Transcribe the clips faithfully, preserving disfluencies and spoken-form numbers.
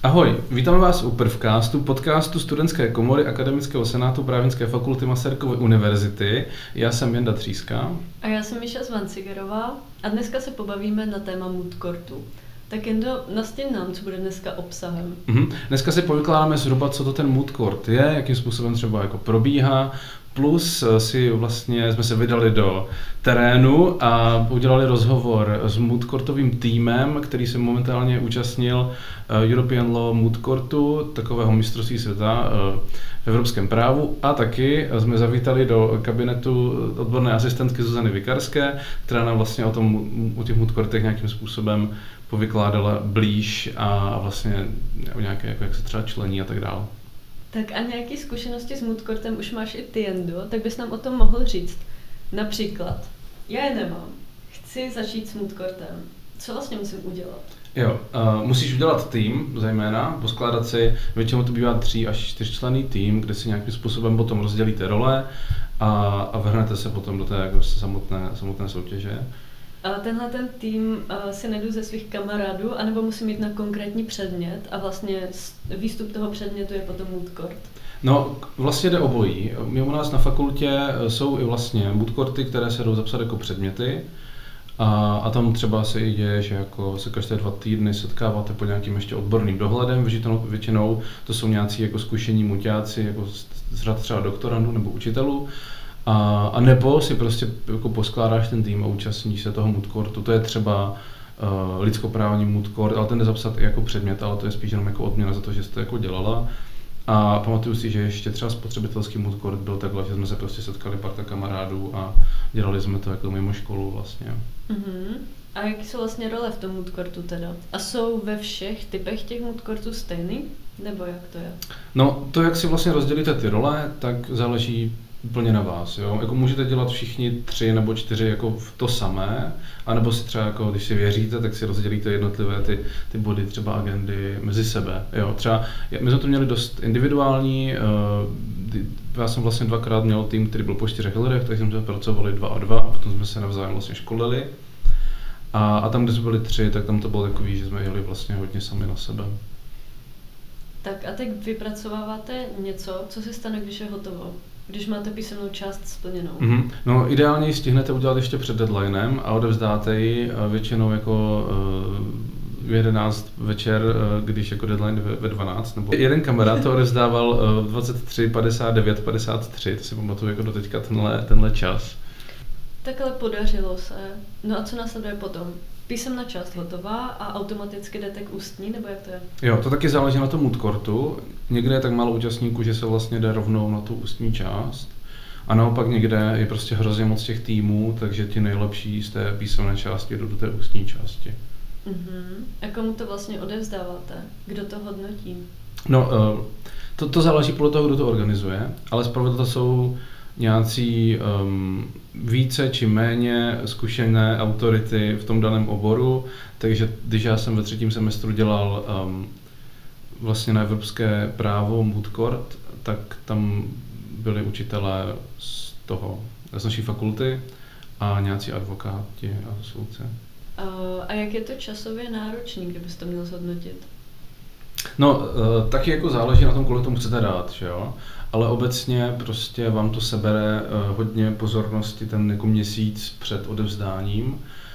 Ahoj, vítáme vás u Prvcastu, podcastu Studentské komory Akademického senátu Právnické fakulty Masarykovy univerzity. Já jsem Jenda Tříska. A já jsem Míša Zvancigerová a dneska se pobavíme na téma moot courtu. Tak Jendo, nastěň nám, co bude dneska obsahem. Mm-hmm. Dneska si povykládáme zhruba, co to ten moot court je, jakým způsobem třeba jako probíhá, plus si vlastně jsme se vydali do terénu a udělali rozhovor s moot courtovým týmem, který se momentálně účastnil European Law Moot Courtu, takového mistrovství světa v evropském právu, a taky jsme zavítali do kabinetu odborné asistentky Zuzany Vikarské, která nám vlastně o, tom, o těch moot courtech nějakým způsobem povykládala blíž a vlastně o nějaké, jako jak se třeba člení a tak dále. Tak a nějaké zkušenosti s moot courtem už máš i ty, Jendo, tak bys nám o tom mohl říct. Například, já je nemám, chci začít s moot courtem, co vlastně musím udělat? Jo, uh, musíš udělat tým, zejména, poskládat si, většinou to bývá tři až čtyřčlenný tým, kde si nějakým způsobem potom rozdělíte role a, a vrhnete se potom do té jako samotné, samotné soutěže. A tenhle ten tým uh, si najdu ze svých kamarádů, anebo musím jít na konkrétní předmět a vlastně výstup toho předmětu je potom moot court? No, vlastně jde obojí. My u nás na fakultě jsou i vlastně moot courty, které se jdou zapsat jako předměty. A, a tam třeba se i děje, že jako se každé dva týdny setkáváte pod nějakým ještě odborným dohledem, většinou, většinou to jsou nějací jako zkušení muťáci, jako z řad třeba doktorandů nebo učitelů. A, a nebo si prostě jako poskládáš ten tým a účastníš se toho moot courtu. To je třeba uh, lidskoprávní moot court, ale ten jde zapsat i jako předmět, ale to je spíš jenom jako odměna za to, že jsi to jako dělala. A pamatuju si, že ještě třeba spotřebitelský moot court byl takhle, že jsme se prostě setkali parta kamarádů a dělali jsme to jako mimo školu vlastně. Uh-huh. A jaké jsou vlastně role v tom moot courtu teda? A jsou ve všech typech těch moot courtů stejný? Nebo jak to je? No, to, jak si vlastně rozdělíte ty role, tak záleží úplně na vás. Jo? Jako můžete dělat všichni tři nebo čtyři jako to samé, anebo si třeba, jako, když si věříte, tak si rozdělíte jednotlivé ty, ty body, třeba agendy mezi sebe. Jo? Třeba, my jsme to měli dost individuální, já jsem vlastně dvakrát měl tým, který byl po čtyřech lidech, takže jsme pracovali dva a dva a potom jsme se navzájem vlastně školili. A, a tam, kde jsme byli tři, tak tam to bylo takový, že jsme jeli vlastně hodně sami na sebe. Tak a teď vypracováváte něco, co se stane, když je hotovo? Když máte písemnou část splněnou. Mm-hmm. No ideálně ji stihnete udělat ještě před deadlinem a odevzdáte ji většinou jako uh, v jedenáct večer, uh, když jako deadline ve, ve dvanáct. Nebo jeden kamarád to odevzdával uh, dvacet tři padesát devět padesát tři, to si pamatuju jako doteďka tenhle, tenhle čas. Takhle podařilo se. No a co následuje potom? Písemná část hotová a automaticky jdete k ústní, nebo jak to je? Jo, to taky záleží na tom moot courtu. Někde je tak málo účastníků, že se vlastně jde rovnou na tu ústní část. A naopak někde je prostě hrozně moc těch týmů, takže ti nejlepší z té písemné části jdou do té ústní části. Uh-huh. A komu to vlastně odevzdáváte? Kdo to hodnotí? No, to, to záleží podle toho, kdo to organizuje, ale zpravidla to jsou nějací um, více či méně zkušené autority v tom daném oboru, takže když já jsem ve třetím semestru dělal um, vlastně na evropské právo moot court, tak tam byli učitelé z toho, z naší fakulty a nějací advokáti a soudci. Uh, a jak je to časově náročný, kdybyste to měl zhodnotit? No, uh, taky jako záleží na tom, kolik tomu chcete dát, že jo? Ale obecně prostě vám to sebere uh, hodně pozornosti ten jako měsíc před odevzdáním.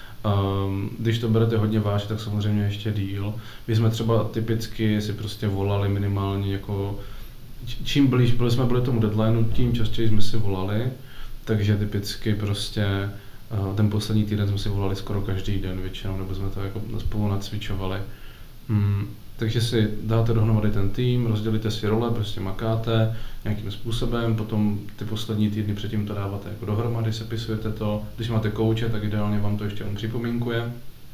Um, když to berete hodně vážně, tak samozřejmě ještě díl. My jsme třeba typicky si prostě volali minimálně jako, čím blíž byli jsme byli tomu deadlineu, tím častěji jsme si volali, takže typicky prostě uh, ten poslední týden jsme si volali skoro každý den většinou, nebo jsme to jako spolu nacvičovali. Hmm. Takže si dáte dohromady ten tým, rozdělíte si role, prostě makáte nějakým způsobem, potom ty poslední týdny předtím to dáváte jako dohromady, sepisujete to, když máte kouče, tak ideálně vám to ještě on připomínkuje.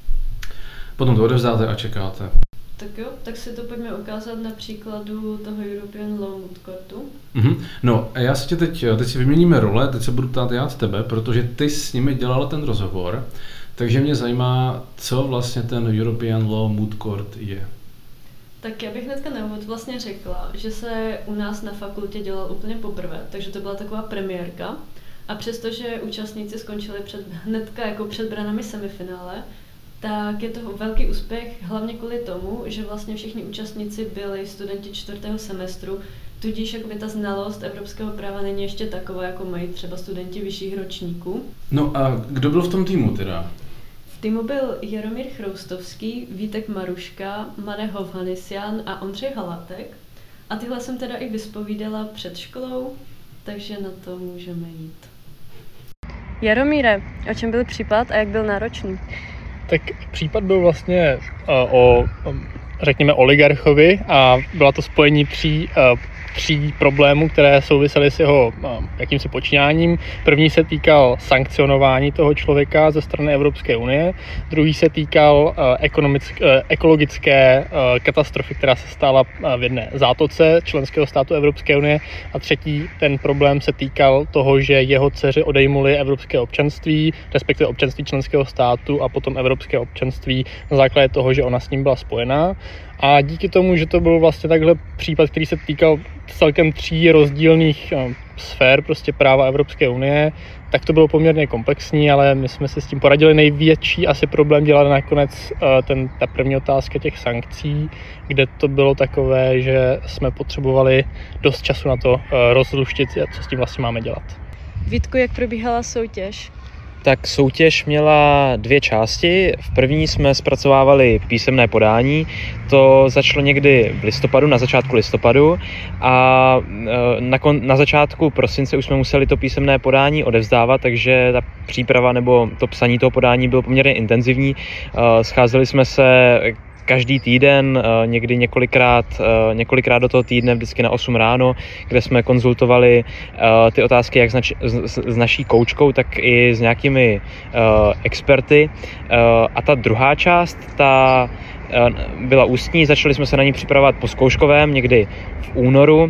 Potom to odevzdáte a čekáte. Tak jo, tak si to pojďme ukázat na příkladu toho European Law Moot Courtu. Mm-hmm. No a já si tě teď, teď si vyměníme role, teď se budu ptát já z tebe, protože ty s nimi dělala ten rozhovor, takže mě zajímá, co vlastně ten European Law Moot Court je. Tak já bych hnedka na úvod vlastně řekla, že se u nás na fakultě dělal úplně poprvé, takže to byla taková premiérka. A přestože účastníci skončili před, hnedka jako před branami semifinále, tak je to velký úspěch hlavně kvůli tomu, že vlastně všichni účastníci byli studenti čtvrtého semestru, tudíž jakoby ta znalost evropského práva není ještě taková, jako mají třeba studenti vyšších ročníků. No a kdo byl v tom týmu teda? V týmu byl Jaromír Chroustovský, Vítek Maruška, Mane Hovhannisyan a Ondřej Halátek. A tyhle jsem teda i vyspovídala před školou, takže na to můžeme jít. Jaromíre, o čem byl případ a jak byl náročný? Tak případ byl vlastně uh, o, řekněme, oligarchovi a byla to spojení tří, uh, tří problémů, které souvisely s jeho uh, jakýmsi počínáním. První se týkal sankcionování toho člověka ze strany Evropské unie, druhý se týkal uh, ekonomické, uh, ekologické uh, katastrofy, která se stala uh, v jedné zátoce členského státu Evropské unie a třetí ten problém se týkal toho, že jeho dceři odejmuli evropské občanství, respektive občanství členského státu a potom evropské občanství na základě toho, že ona s ním byla spojená. A díky tomu, že to byl vlastně takhle případ, který se týkal celkem tří rozdílných uh, sfér prostě práva Evropské unie, tak to bylo poměrně komplexní, ale my jsme si s tím poradili. Největší asi problém dělal nakonec uh, ten, ta první otázka těch sankcí, kde to bylo takové, že jsme potřebovali dost času na to uh, rozluštit, co s tím vlastně máme dělat. Vítku, jak probíhala soutěž? Tak soutěž měla dvě části. V první jsme zpracovávali písemné podání. To začalo někdy v listopadu, na začátku listopadu a na, kon, na začátku prosince už jsme museli to písemné podání odevzdávat, takže ta příprava nebo to psaní toho podání bylo poměrně intenzivní. Scházeli jsme se každý týden, někdy několikrát, několikrát do toho týdne, vždycky na osm ráno, kde jsme konzultovali ty otázky jak s, s naší koučkou, tak i s nějakými experty. A ta druhá část, ta byla ústní, začali jsme se na ní připravovat po zkouškovém, někdy v únoru.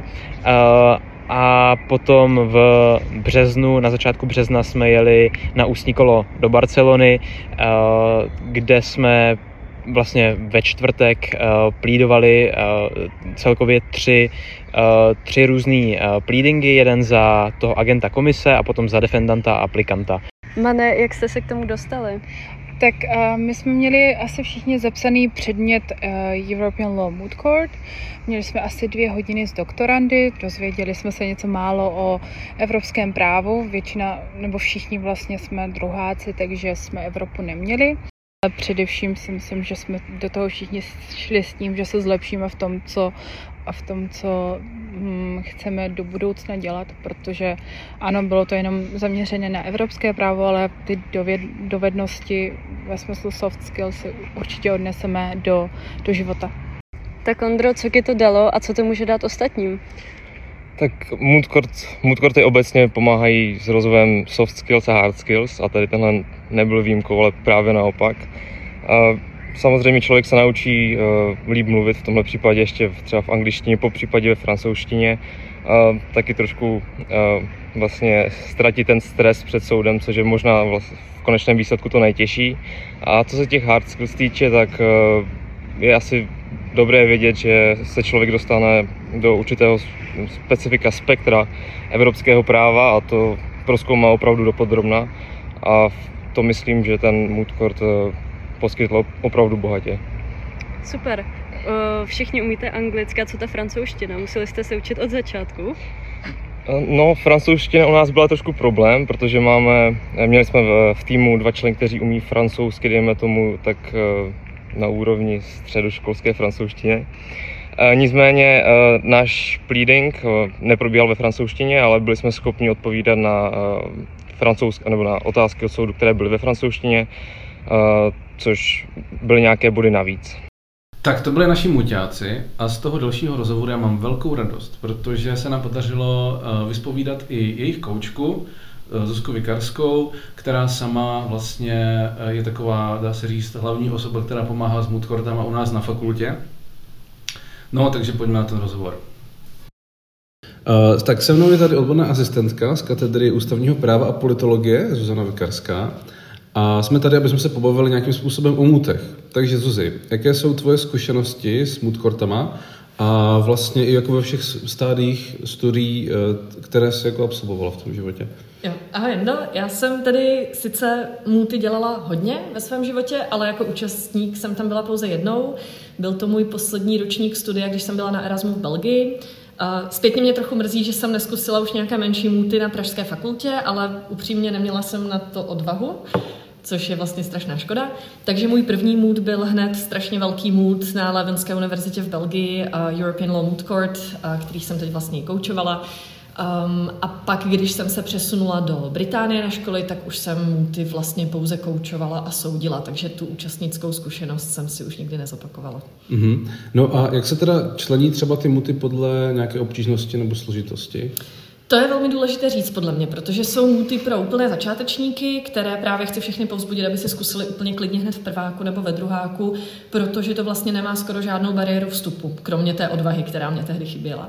A potom v březnu, na začátku března jsme jeli na ústní kolo do Barcelony, kde jsme vlastně ve čtvrtek uh, plídovali uh, celkově tři, uh, tři různý uh, pleadingy, jeden za toho agenta komise a potom za defendanta a aplikanta. Mane, jak jste se k tomu dostali? Tak uh, my jsme měli asi všichni zapsaný předmět uh, European Law Moot Court. Měli jsme asi dvě hodiny s doktorandy, dozvěděli jsme se něco málo o evropském právu. Většina, nebo všichni vlastně jsme druháci, takže jsme Evropu neměli. Především si myslím, že jsme do toho všichni šli s tím, že se zlepšíme v tom, co, a v tom, co hm, chceme do budoucna dělat, protože ano, bylo to jenom zaměřené na evropské právo, ale ty dověd, dovednosti ve smyslu soft skills si určitě odneseme do, do života. Tak Ondro, co ti to dalo a co to může dát ostatním? Tak Moot Court, Moot Courty obecně pomáhají s rozvojem soft skills a hard skills a tady tenhle nebyl výjimkou, ale právě naopak. A samozřejmě člověk se naučí uh, líp mluvit, v tomhle případě ještě třeba v angličtině, po případě ve francouzštině. A taky trošku uh, vlastně ztratí ten stres před soudem, což je možná vlastně v konečném výsledku to nejtěžší. A co se těch hard skills týče, tak uh, je asi dobré vědět, že se člověk dostane do určitého specifika spektra evropského práva a to prozkoumá opravdu dopodrobna a to myslím, že ten Moot Court poskytl opravdu bohatě. Super. Všichni umíte anglicky, a co ta francouzština? Museli jste se učit od začátku? No, francouzština u nás byla trošku problém, protože máme, měli jsme v, v týmu dva členy, kteří umí francouzsky, dejme tomu tak na úrovni středoškolské francouzštiny. Nicméně náš pleading neprobíhal ve francouzštině, ale byli jsme schopni odpovídat na francouzské nebo na otázky od soudu, které byly ve francouzštině, což byly nějaké body navíc. Tak to byli naši muťáci a z toho dalšího rozhovoru já mám velkou radost, protože se nám podařilo vyspovídat i jejich koučku, Zuzku Vikarskou, která sama vlastně je taková, dá se říct, hlavní osoba, která pomáhá s Moot Courtama u nás na fakultě. No, takže pojďme na ten rozhovor. Uh, tak se mnou je tady odborná asistentka z katedry ústavního práva a politologie, Zuzana Vikarská. A jsme tady, aby jsme se pobavili nějakým způsobem o můtech. Takže Zuzi, jaké jsou tvoje zkušenosti s Moot Courtama a vlastně i jako ve všech stádiích studií, které jsi jako absolvovala v tom životě. Jo, ahoj, no, já jsem tedy sice multi dělala hodně ve svém životě, ale jako účastník jsem tam byla pouze jednou. Byl to můj poslední ročník studia, když jsem byla na Erasmu v Belgii. Zpětně mě trochu mrzí, že jsem neskusila už nějaké menší multi na Pražské fakultě, ale upřímně neměla jsem na to odvahu, což je vlastně strašná škoda. Takže můj první mood byl hned strašně velký mood na Levenské univerzitě v Belgii, European Law Moot Court, který jsem teď vlastně koučovala. Um, a pak, když jsem se přesunula do Británie na školy, tak už jsem multi vlastně pouze koučovala a soudila, takže tu účastnickou zkušenost jsem si už nikdy nezopakovala. Mm-hmm. No a jak se teda člení třeba ty multi podle nějaké obtížnosti nebo složitosti? To je velmi důležité říct podle mě, protože jsou multi pro úplné začátečníky, které právě chci všechny povzbudit, aby si zkusili úplně klidně hned v prváku nebo ve druháku, protože to vlastně nemá skoro žádnou bariéru vstupu, kromě té odvahy, která mě tehdy chyběla.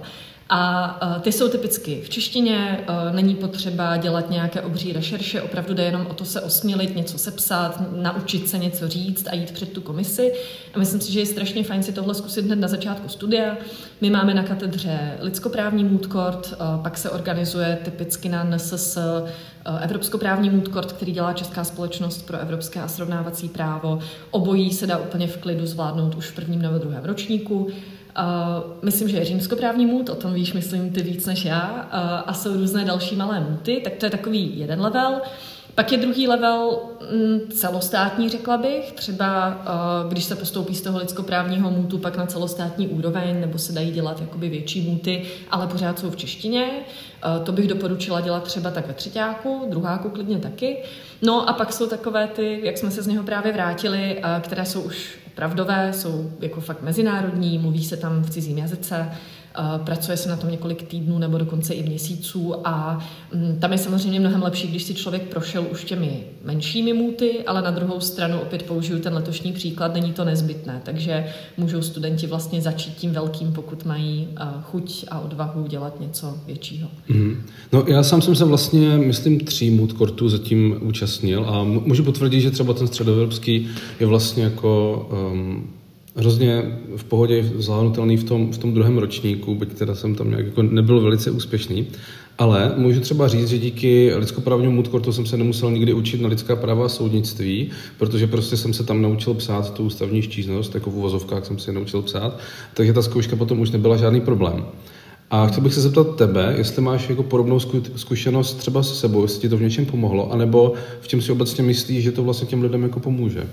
A ty jsou typicky v češtině, není potřeba dělat nějaké obří rešerše, opravdu jde jenom o to se osmělit, něco sepsat, naučit se něco říct a jít před tu komisi. A myslím si, že je strašně fajn si tohle zkusit hned na začátku studia. My máme na katedře lidskoprávní moot court, pak se organizuje typicky na N S S Evropskoprávní moot court, který dělá Česká společnost pro evropské a srovnávací právo. Obojí se dá úplně v klidu zvládnout už v prvním nebo druhém ročníku. Uh, myslím, že je římskoprávní moot, o tom víš, myslím, ty víc než já, uh, a jsou různé další malé mooty, tak to je takový jeden level. Pak je druhý level mm, celostátní, řekla bych, třeba uh, když se postoupí z toho lidskoprávního mootu pak na celostátní úroveň, nebo se dají dělat jakoby větší mooty, ale pořád jsou v češtině. Uh, to bych doporučila dělat třeba tak ve třetíku, druháku klidně taky. No a pak jsou takové ty, jak jsme se z něho právě vrátili, uh, které jsou už opravdové, jsou jako fakt mezinárodní, mluví se tam v cizím jazyce, pracuje se na tom několik týdnů nebo dokonce i měsíců a tam je samozřejmě mnohem lepší, když si člověk prošel už těmi menšími mooty, ale na druhou stranu opět použiju ten letošní příklad, není to nezbytné, takže můžou studenti vlastně začít tím velkým, pokud mají chuť a odvahu dělat něco většího. Mm. No já sám jsem se vlastně, myslím, tří moot courtů zatím účastnil a můžu potvrdit, že třeba ten středoevropský je vlastně jako um, hrozně v pohodě zvládnutelný v tom, v tom druhém ročníku, byť teda jsem tam nějak jako nebyl velice úspěšný, ale můžu třeba říct, že díky lidskoprávnímu moot courtu jsem se nemusel nikdy učit na lidská práva a soudnictví, protože prostě jsem se tam naučil psát tu ústavní stížnost, jako v uvozovkách jsem se naučil psát, takže ta zkouška potom už nebyla žádný problém. A chtěl bych se zeptat tebe, jestli máš jako podobnou zkušenost třeba se sebou, jestli ti to v něčem pomohlo, anebo v čem si obecně myslíš, že to vlastně těm lidem jako pomůže?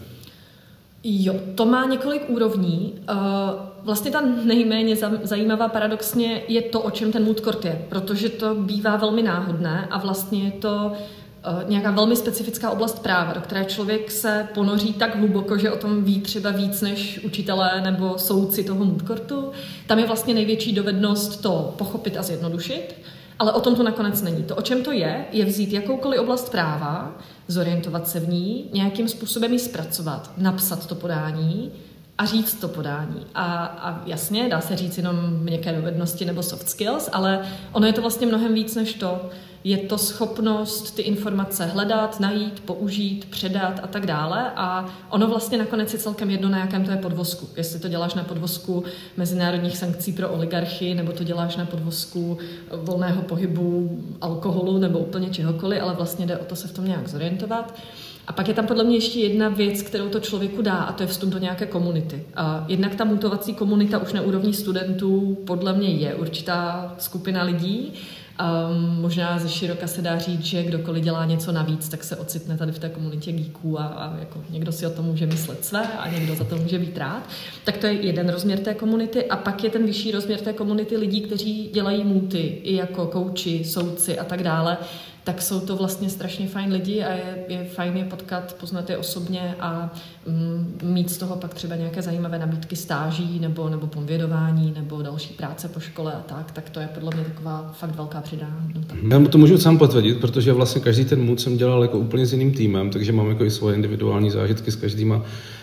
Jo, to má několik úrovní. Vlastně ta nejméně zajímavá paradoxně je to, o čem ten moot court je, protože to bývá velmi náhodné a vlastně je to nějaká velmi specifická oblast práva, do které člověk se ponoří tak hluboko, že o tom ví třeba víc než učitelé nebo soudci toho moot courtu. Tam je vlastně největší dovednost to pochopit a zjednodušit, ale o tom to nakonec není. To, o čem to je, je vzít jakoukoliv oblast práva, zorientovat se v ní, nějakým způsobem ji zpracovat, napsat to podání a říct to podání. A, a jasně, dá se říct jenom měkké dovednosti nebo soft skills, ale ono je to vlastně mnohem víc než to. Je to schopnost ty informace hledat, najít, použít, předat a tak dále. A ono vlastně nakonec je celkem jedno, na jakém to je podvozku. Jestli to děláš na podvozku mezinárodních sankcí pro oligarchy, nebo to děláš na podvozku volného pohybu alkoholu nebo úplně čehokoliv, ale vlastně jde o to se v tom nějak zorientovat. A pak je tam podle mě ještě jedna věc, kterou to člověku dá, a to je vstup do nějaké komunity. A jednak ta mutovací komunita už na úrovni studentů podle mě je určitá skupina lidí. Um, možná ze široka se dá říct, že kdokoliv dělá něco navíc, tak se ocitne tady v té komunitě geeků a, a jako někdo si o tom může myslet své a někdo za to může být rád. Tak to je jeden rozměr té komunity a pak je ten vyšší rozměr té komunity lidí, kteří dělají mooty i jako kouči, soudci a tak dále. Tak jsou to vlastně strašně fajn lidi a je, je fajn je potkat, poznat je osobně a mm, mít z toho pak třeba nějaké zajímavé nabídky stáží nebo, nebo povědování nebo další práce po škole a tak, tak to je podle mě taková fakt velká přidaná hodnota. Já to můžu sám potvrdit, protože vlastně každý ten mood jsem dělal jako úplně s jiným týmem, takže mám jako i svoje individuální zážitky s každýma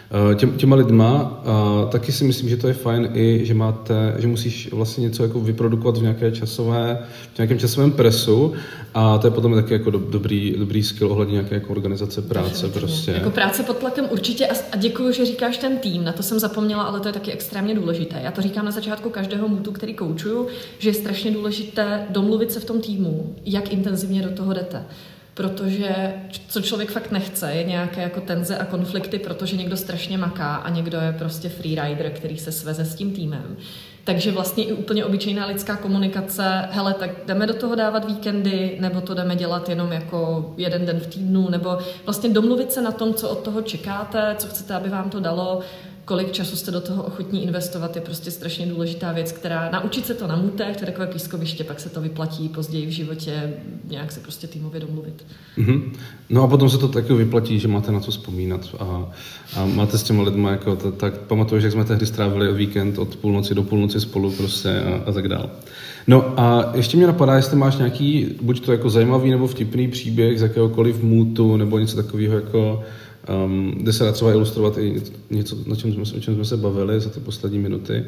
Tě, těma lidma a taky si myslím, že to je fajn i, že máte, že musíš vlastně něco jako vyprodukovat v nějaké časové, v nějakém časovém presu a to je potom taky jako do, dobrý, dobrý skill ohledně nějaké jako organizace práce prostě. Jako práce pod tlakem určitě a, a děkuju, že říkáš ten tým, na to jsem zapomněla, ale to je taky extrémně důležité. Já to říkám na začátku každého mootu, který koučuju, že je strašně důležité domluvit se v tom týmu, jak intenzivně do toho jdete. Protože co člověk fakt nechce, je nějaké jako tenze a konflikty, protože někdo strašně maká a někdo je prostě freerider, který se sveze s tím týmem. Takže vlastně i úplně obyčejná lidská komunikace, hele, tak jdeme do toho dávat víkendy, nebo to jdeme dělat jenom jako jeden den v týdnu, nebo vlastně domluvit se na tom, co od toho čekáte, co chcete, aby vám to dalo, kolik času jste do toho ochotní investovat, je prostě strašně důležitá věc, která naučit se to na můtech, to je takové pískoviště, pak se to vyplatí později v životě, nějak se prostě týmově domluvit. Mm-hmm. No a potom se to taky vyplatí, že máte na co vzpomínat a, a máte s těma lidma, jako to, tak pamatuješ, jak jsme tehdy strávili víkend od půlnoci do půlnoci spolu prostě a, a tak dál. No a ještě mě napadá, jestli máš nějaký, buď to jako zajímavý nebo vtipný příběh z jakéhokoliv mootu nebo něco takového jako Um, kde se dá třeba ilustrovat i něco, na čem jsme, o čem jsme se bavili za ty poslední minuty.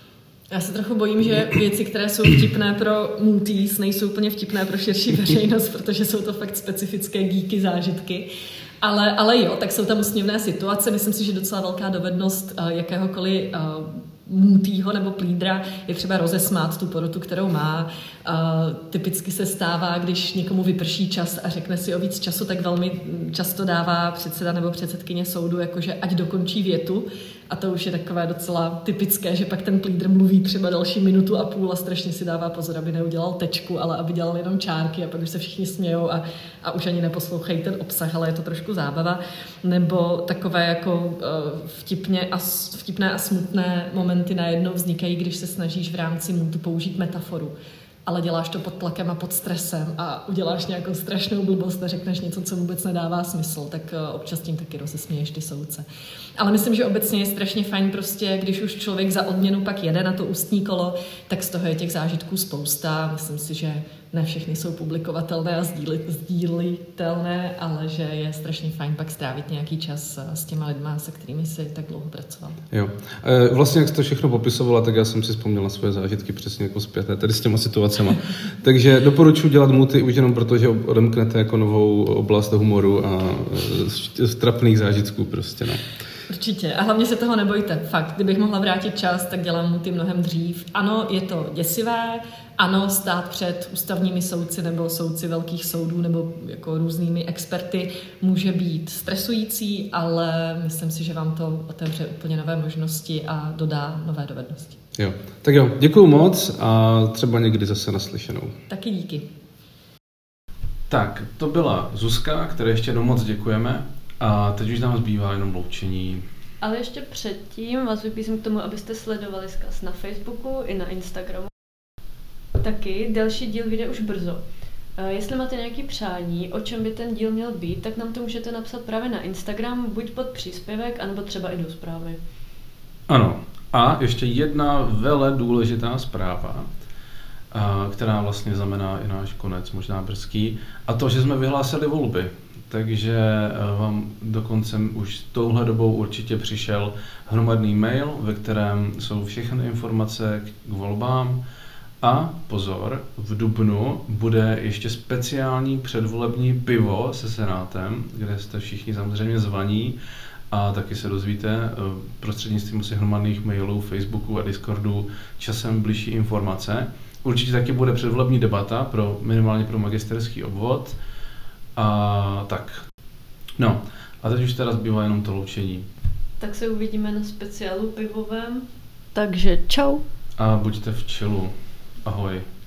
Já se trochu bojím, že věci, které jsou vtipné pro mooties, nejsou úplně vtipné pro širší veřejnost, protože jsou to fakt specifické geeky zážitky. Ale, ale jo, tak jsou tam úsměvné situace. Myslím si, že docela velká dovednost uh, jakéhokoliv uh, můtýho nebo plídra je třeba rozesmát tu porotu, kterou má. Uh, typicky se stává, když někomu vyprší čas a řekne si o víc času, tak velmi často dává předseda nebo předsedkyně soudu, jakože ať dokončí větu. A to už je takové docela typické, že pak ten plídr mluví třeba další minutu a půl a strašně si dává pozor, aby neudělal tečku, ale aby dělal jenom čárky a pak už se všichni smějou a, a už ani neposlouchají ten obsah, ale je to trošku zábava. Nebo takové jako uh, vtipně a, vtipné a smutné momenty najednou vznikají, když se snažíš v rámci mootu použít metaforu. Ale děláš to pod tlakem a pod stresem a uděláš nějakou strašnou blbost a řekneš něco, co vůbec nedává smysl, tak občas tím taky rozesměješ ty soudce. Ale myslím, že obecně je strašně fajn prostě, když už člověk za odměnu pak jede na to ústní kolo, tak z toho je těch zážitků spousta. Myslím si, že ne všechny jsou publikovatelné a sdílitelné, ale že je strašně fajn pak strávit nějaký čas s těma lidma, se kterými si tak dlouho pracoval. Jo. E, vlastně, jak jsi to všechno popisovala, tak já jsem si vzpomněl na svoje zážitky přesně jako zpěté, tady s těma situacema. Takže doporučuji dělat mooty už jenom proto, že odemknete jako novou oblast humoru a trapných zážitků prostě, no. Určitě. A hlavně se toho nebojte. Fakt, kdybych mohla vrátit čas, tak dělám mooty mnohem dřív. Ano, je to děsivé, ano, stát před ústavními soudci nebo soudci velkých soudů nebo jako různými experty může být stresující, ale myslím si, že vám to otevře úplně nové možnosti a dodá nové dovednosti. Jo. Tak jo, děkuju moc a třeba někdy zase naslyšenou. Taky díky. Tak, to byla Zuzka, které ještě jednou moc děkujeme. A teď už nám zbývá jenom loučení. Ale ještě předtím vás vypísím k tomu, abyste sledovali zkaz na Facebooku i na Instagramu. Taky další díl vyjde už brzo. Jestli máte nějaké přání, o čem by ten díl měl být, tak nám to můžete napsat právě na Instagram, buď pod příspěvek, anebo třeba i do zprávy. Ano. A ještě jedna vele důležitá zpráva, která vlastně znamená i náš konec, možná brzký, a to, že jsme vyhlásili volby. Takže vám dokonce už touhle dobou určitě přišel hromadný mail, ve kterém jsou všechny informace k volbám. A pozor, v dubnu bude ještě speciální předvolební pivo se Senátem, kde jste všichni samozřejmě zvaní a taky se dozvíte prostřednictvím hromadných mailů, Facebooku a Discordu časem bližší informace. Určitě taky bude předvolební debata pro minimálně pro magisterský obvod. A tak. No, a teď už teda zbývá jenom to loučení. Tak se uvidíme na speciálu pivovém. Takže čau. A buďte v čilu. Ahoj.